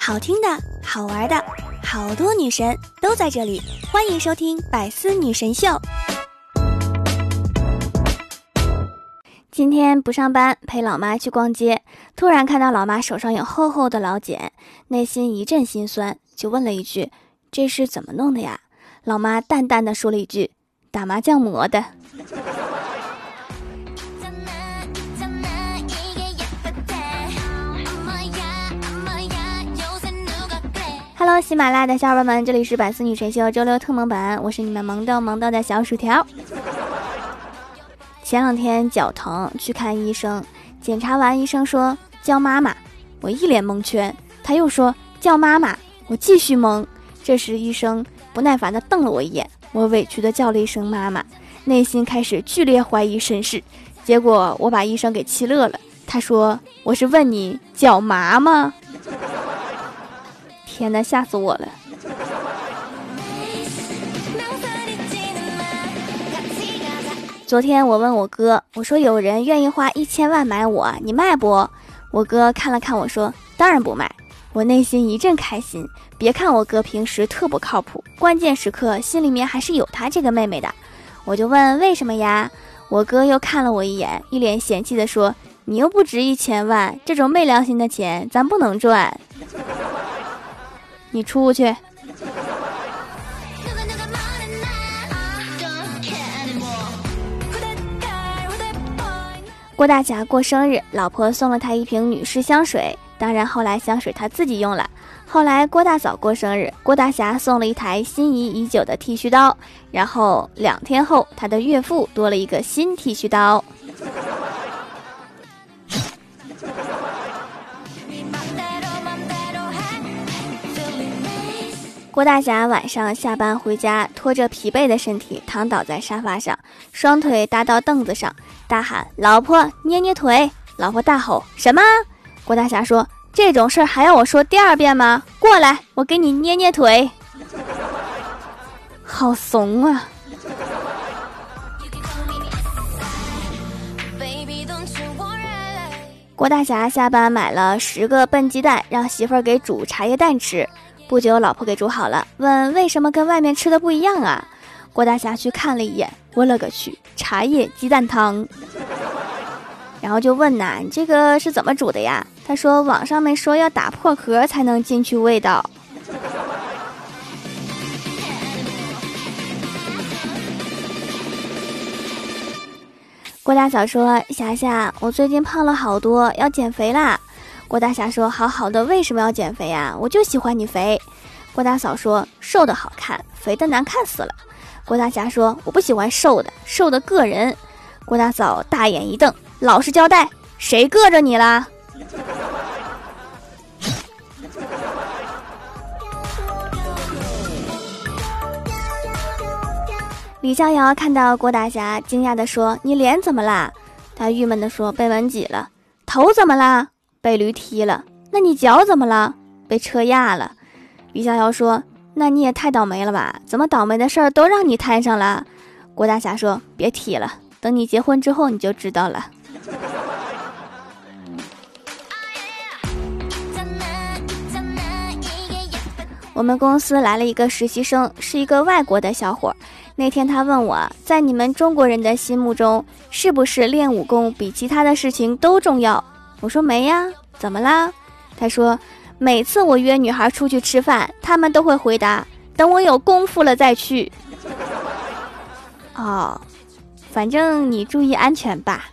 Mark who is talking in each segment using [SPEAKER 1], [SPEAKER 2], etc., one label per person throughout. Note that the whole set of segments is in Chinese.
[SPEAKER 1] 好听的，好玩的，好多女神都在这里，欢迎收听百思女神秀。今天不上班，陪老妈去逛街，突然看到老妈手上有厚厚的老茧，内心一阵心酸，就问了一句：这是怎么弄的呀？老妈淡淡的说了一句：打麻将磨的。Hello， 喜马拉雅的小伙伴们，这里是百思女神秀周六特萌版，我是你们萌豆的小薯条。前两天脚疼去看医生，检查完医生说叫妈妈，我一脸蒙圈，他又说叫妈妈，我继续蒙。这时医生不耐烦地瞪了我一眼，我委屈地叫了一声妈妈，内心开始剧烈怀疑身世。结果我把医生给气乐了，他说我是问你脚麻吗？天哪，吓死我了。昨天我问我哥，我说有人愿意花1000万买我，你卖不？我哥看了看我说当然不卖。我内心一阵开心，别看我哥平时特不靠谱，关键时刻心里面还是有他这个妹妹的。我就问为什么呀？我哥又看了我一眼，一脸嫌弃的说，你又不值1000万，这种没良心的钱咱不能赚。你出去。郭大侠过生日，老婆送了他一瓶女士香水，当然后来香水他自己用了。后来郭大嫂过生日，郭大侠送了一台心仪已久的剃须刀，然后2天后他的岳父多了一个新剃须刀。郭大侠晚上下班回家，拖着疲惫的身体躺倒在沙发上，双腿搭到凳子上，大喊老婆捏捏腿。老婆大吼什么？郭大侠说这种事还要我说第2遍吗？过来，我给你捏捏腿。好怂啊。郭大侠下班买了10个笨鸡蛋，让媳妇儿给煮茶叶蛋吃。不久老婆给煮好了，问为什么跟外面吃的不一样啊？郭大侠去看了一眼，我勒个去，茶叶鸡蛋汤。然后就问呐，你这个是怎么煮的呀？他说网上面说要打破壳才能进去味道。郭大嫂说，霞霞，我最近胖了好多，要减肥啦。郭大侠说，好好的，为什么要减肥啊？我就喜欢你肥。郭大嫂说，瘦的好看，肥的难看死了。郭大侠说，我不喜欢瘦的，瘦的硌人。郭大嫂大眼一瞪，老实交代，谁硌着你啦？李逍遥看到郭大侠，惊讶地说，你脸怎么啦？他郁闷地说，被蚊挤了。头怎么啦？被驴踢了。那你脚怎么了？被车压了。李逍遥说，那你也太倒霉了吧，怎么倒霉的事儿都让你摊上了？郭大侠说，别提了，等你结婚之后你就知道了。我们公司来了一个实习生，是一个外国的小伙。那天他问我，在你们中国人的心目中，是不是练武功比其他的事情都重要？我说没呀，怎么啦？他说每次我约女孩出去吃饭，他们都会回答等我有功夫了再去。哦，反正你注意安全吧。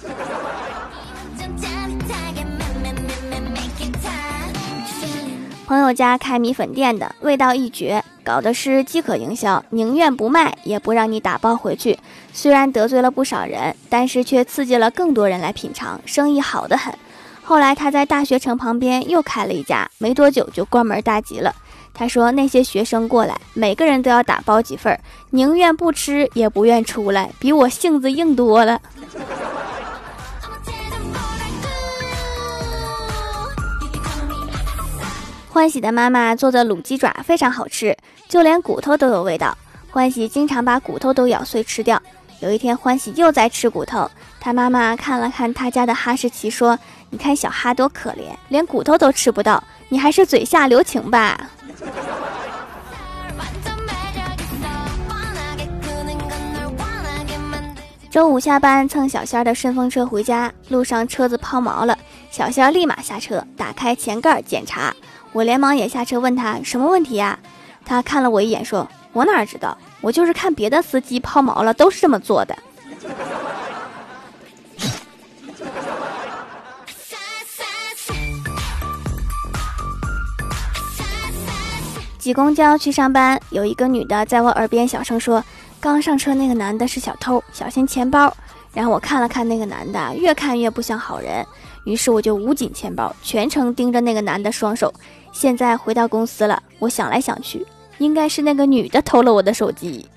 [SPEAKER 1] 朋友家开米粉店的，味道一绝，搞的是饥渴营销，宁愿不卖也不让你打包回去。虽然得罪了不少人，但是却刺激了更多人来品尝，生意好得很。后来他在大学城旁边又开了一家，没多久就关门大吉了。他说那些学生过来，每个人都要打包几份，宁愿不吃也不愿出来，比我性子硬多了。欢喜的妈妈做的卤鸡爪非常好吃，就连骨头都有味道。欢喜经常把骨头都咬碎吃掉。有一天欢喜又在吃骨头，他妈妈看了看他家的哈士奇说，你看小哈多可怜，连骨头都吃不到， 你还是嘴下留情吧。周五下班蹭小仙儿的顺风车回家，路上车子抛锚了，小仙儿立马下车，打开前盖检查。我连忙也下车问他什么问题呀？他看了我一眼说，我哪知道，我就是看别的司机抛锚了都是这么做的。挤公交去上班，有一个女的在我耳边小声说，刚上车那个男的是小偷，小心钱包。然后我看了看那个男的，越看越不像好人，于是我就捂紧钱包，全程盯着那个男的双手。现在回到公司了，我想来想去，应该是那个女的偷了我的手机。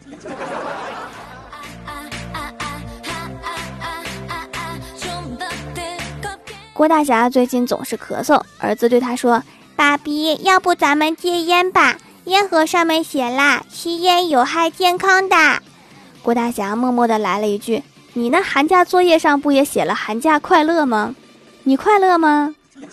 [SPEAKER 1] 郭大侠最近总是咳嗽，儿子对他说，爸比，要不咱们戒烟吧，烟盒上面写啦，吸烟有害健康的。郭大侠默默地来了一句，你那寒假作业上不也写了寒假快乐吗？你快乐吗？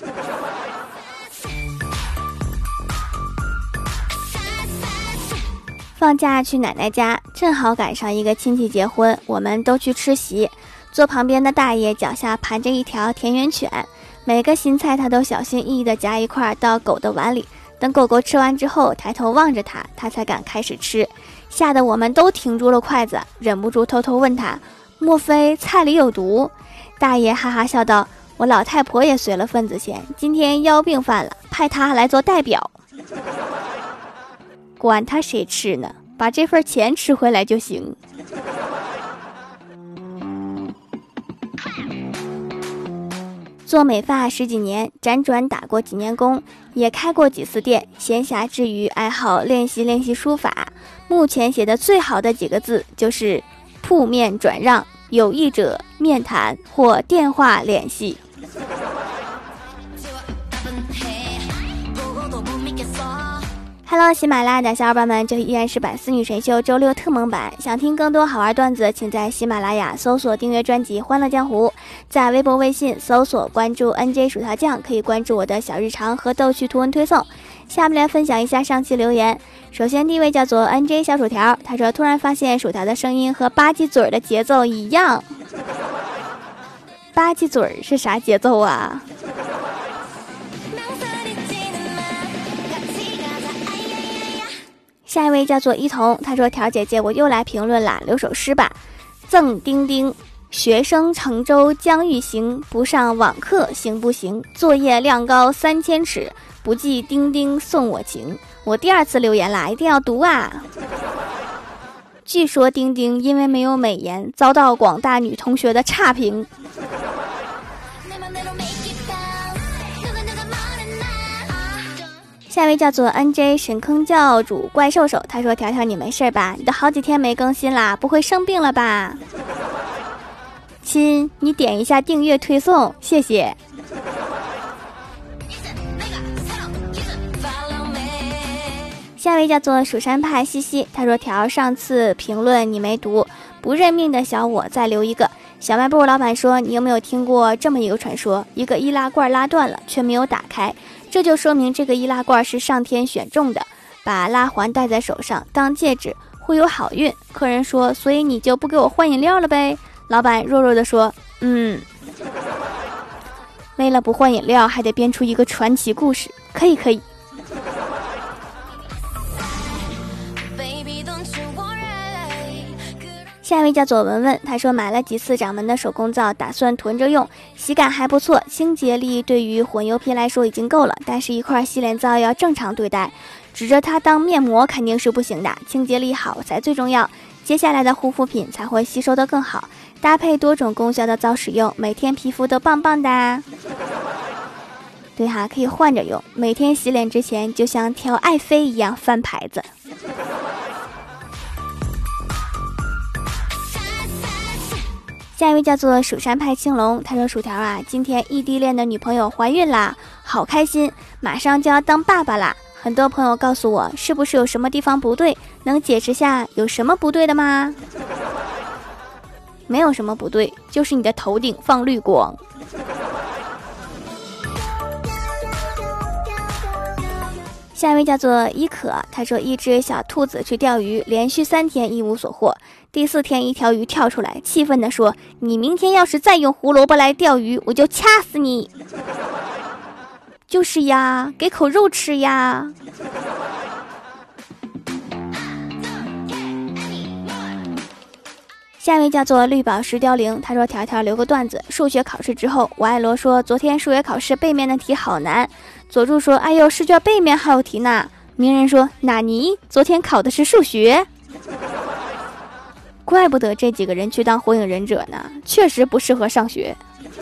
[SPEAKER 1] 放假去奶奶家，正好赶上一个亲戚结婚，我们都去吃席。坐旁边的大爷脚下盘着一条田园犬，每个新菜他都小心翼翼地夹一块到狗的碗里，等狗狗吃完之后抬头望着他，他才敢开始吃，吓得我们都停住了筷子，忍不住偷偷问他，莫非菜里有毒？大爷哈哈笑道，我老太婆也随了份子钱，今天腰病犯了，派他来做代表。管他谁吃呢，把这份钱吃回来就行。做美发10几年，辗转打过几年工，也开过几次店，闲暇之余爱好练习书法。目前写的最好的几个字就是铺面转让，有意者面谈或电话联系。Hello， 喜马拉雅的小伙伴们，这依然是百思女神秀周六特蒙版。想听更多好玩段子，请在喜马拉雅搜索订阅专辑《欢乐江湖》，在微博、微信搜索关注 NJ 薯条酱，可以关注我的小日常和逗趣图文推送。下面来分享一下上期留言。首先第一位叫做 NJ 小薯条，他说突然发现薯条的声音和吧唧嘴的节奏一样。吧唧嘴是啥节奏啊？下一位叫做一彤，他说条姐姐我又来评论啦，留首诗吧。赠丁丁，学生乘舟将欲行，不上网课行不行？作业量高3000尺，不记丁丁送我情。我第2次留言啦，一定要读啊。据说丁丁因为没有美颜，遭到广大女同学的差评。下一位叫做 NJ 神坑教主怪兽手，他说条条你没事吧？你都好几天没更新啦，不会生病了吧？亲，你点一下订阅推送，谢谢。下一位叫做蜀山派西西，他说条上次评论你没读，不认命的小我再留一个。小卖部老板说，你有没有听过这么一个传说，一个易拉罐拉断了却没有打开，这就说明这个易拉罐是上天选中的，把拉环戴在手上当戒指会有好运。客人说，所以你就不给我换饮料了呗？老板弱弱的说，为了不换饮料还得编出一个传奇故事，可以。下一位叫做文文，他说买了几次掌门的手工皂，打算囤着用，洗感还不错，清洁力对于混油皮来说已经够了，但是一块洗脸皂要正常对待，指着它当面膜肯定是不行的，清洁力好才最重要，接下来的护肤品才会吸收得更好，搭配多种功效的皂使用，每天皮肤都棒棒的。对哈，可以换着用，每天洗脸之前就像挑爱妃一样翻牌子。下一位叫做蜀山派青龙，他说薯条啊，今天异地恋的女朋友怀孕啦，好开心，马上就要当爸爸啦。很多朋友告诉我，是不是有什么地方不对，能解释下有什么不对的吗？没有什么不对，就是你的头顶放绿光。 下一位叫做伊可，他说一只小兔子去钓鱼，连续3天一无所获。第4天，一条鱼跳出来，气愤地说：“你明天要是再用胡萝卜来钓鱼，我就掐死你！”就是呀，给口肉吃呀。下一位叫做绿宝石凋零，他说：“条条留个段子，数学考试之后，我爱罗说昨天数学考试背面的题好难。佐助说：哎呦，试卷背面还有题呢。鸣人说：纳尼？昨天考的是数学。怪不得这几个人去当火影忍者呢，确实不适合上学。”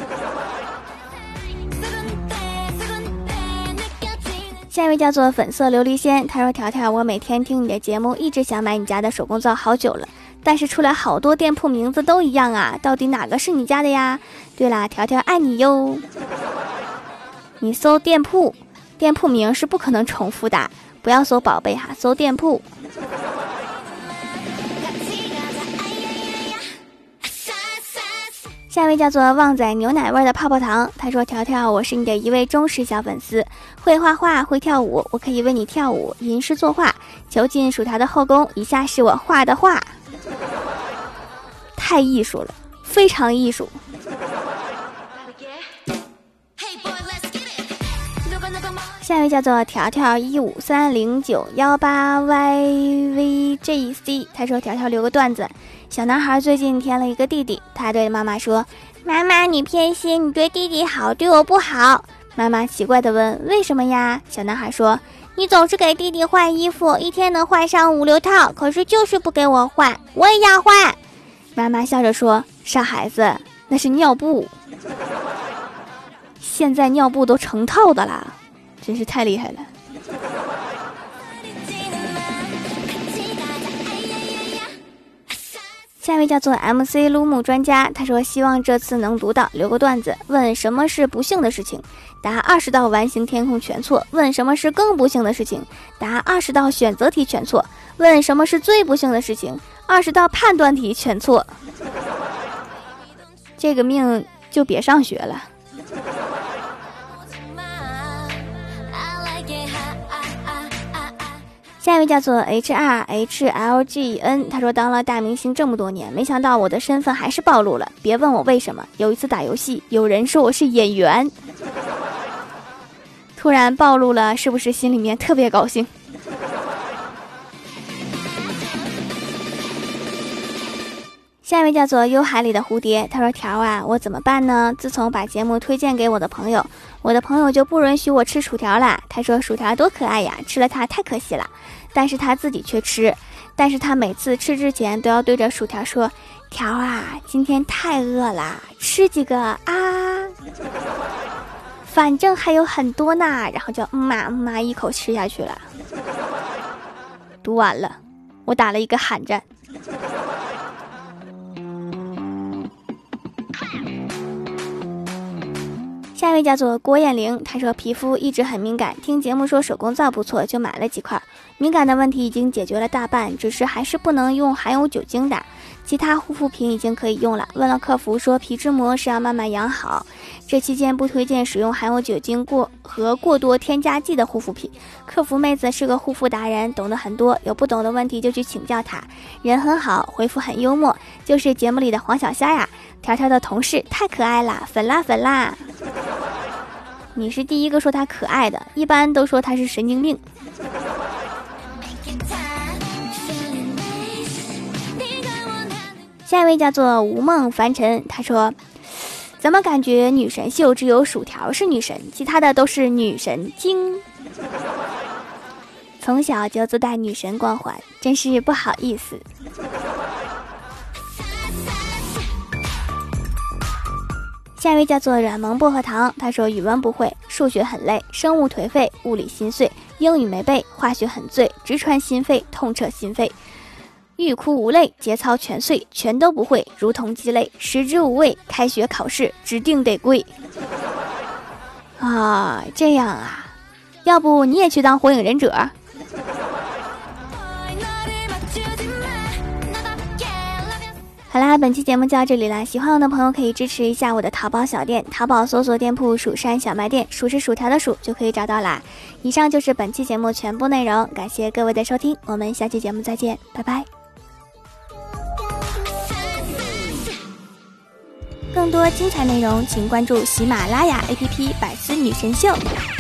[SPEAKER 1] 下一位叫做粉色琉璃仙，他说：“条条，我每天听你的节目，一直想买你家的手工皂好久了，但是出来好多店铺名字都一样啊，到底哪个是你家的呀？对啦，条条爱你哟。你搜店铺名是不可能重复的，不要搜宝贝哈，搜店铺。”下一位叫做旺仔牛奶味的泡泡糖，他说：“条条，我是你的一位忠实小粉丝，会画画，会跳舞，我可以为你跳舞，吟诗作画，囚禁薯条的后宫。以下是我画的画。”太艺术了，非常艺术。下一位叫做条条1530918YVJC，他说：“条条留个段子，小男孩最近添了一个弟弟，他对妈妈说：妈妈你偏心，你对弟弟好，对我不好。妈妈奇怪地问：为什么呀？小男孩说：你总是给弟弟换衣服，一天能换上5、6套，可是就是不给我换，我也要换。妈妈笑着说：傻孩子，那是尿布，现在尿布都成套的啦。真是太厉害了。”下一位叫做 MC 撸木专家，他说：“希望这次能读到，留个段子。问什么是不幸的事情？答20道完形填空全错。问什么是更不幸的事情？答20道选择题全错。问什么是最不幸的事情？20道判断题全错。这个命就别上学了。”下一位叫做 HRHLGN， 他说：“当了大明星这么多年，没想到我的身份还是暴露了。别问我为什么。有一次打游戏，有人说我是演员，突然暴露了，是不是心里面特别高兴？”下一位叫做幽海里的蝴蝶，他说：“条啊，我怎么办呢？自从把节目推荐给我的朋友，我的朋友就不允许我吃薯条啦。他说薯条多可爱呀，吃了它太可惜了，但是他自己却吃。但是他每次吃之前都要对着薯条说：条啊，今天太饿了，吃几个啊，反正还有很多呢。然后就一口吃下去了。”读完了，我打了一个寒战。下一位叫做郭艳玲，她说皮肤一直很敏感，听节目说手工皂不错，就买了几块。敏感的问题已经解决了大半，只是还是不能用含有酒精的，其他护肤品已经可以用了。问了客服说皮脂膜是要慢慢养好，这期间不推荐使用含有酒精和过多添加剂的护肤品。客服妹子是个护肤达人，懂得很多，有不懂的问题就去请教她，人很好，回复很幽默，就是节目里的黄小虾呀。条条的同事太可爱啦，粉啦粉啦。你是第一个说他可爱的，一般都说他是神经病。下一位叫做吴梦凡尘，他说：怎么感觉女神秀只有薯条是女神，其他的都是女神经。从小就自带女神光环，真是不好意思。下一位叫做软萌薄荷糖，他说语文不会，数学很累，生物颓废，物理心碎，英语没背，化学很醉，直穿心肺，痛彻心扉，欲哭无泪，节操全碎，全都不会，如同鸡肋，食之无味，开学考试指定得跪。啊，这样啊，要不你也去当火影忍者？ 好啦，本期节目就到这里啦，喜欢我的朋友可以支持一下我的淘宝小店，淘宝搜索店铺蜀山小卖店，蜀是薯条的蜀就可以找到啦。以上就是本期节目全部内容，感谢各位的收听，我们下期节目再见，拜拜。更多精彩内容请关注喜马拉雅 APP 百思女神秀。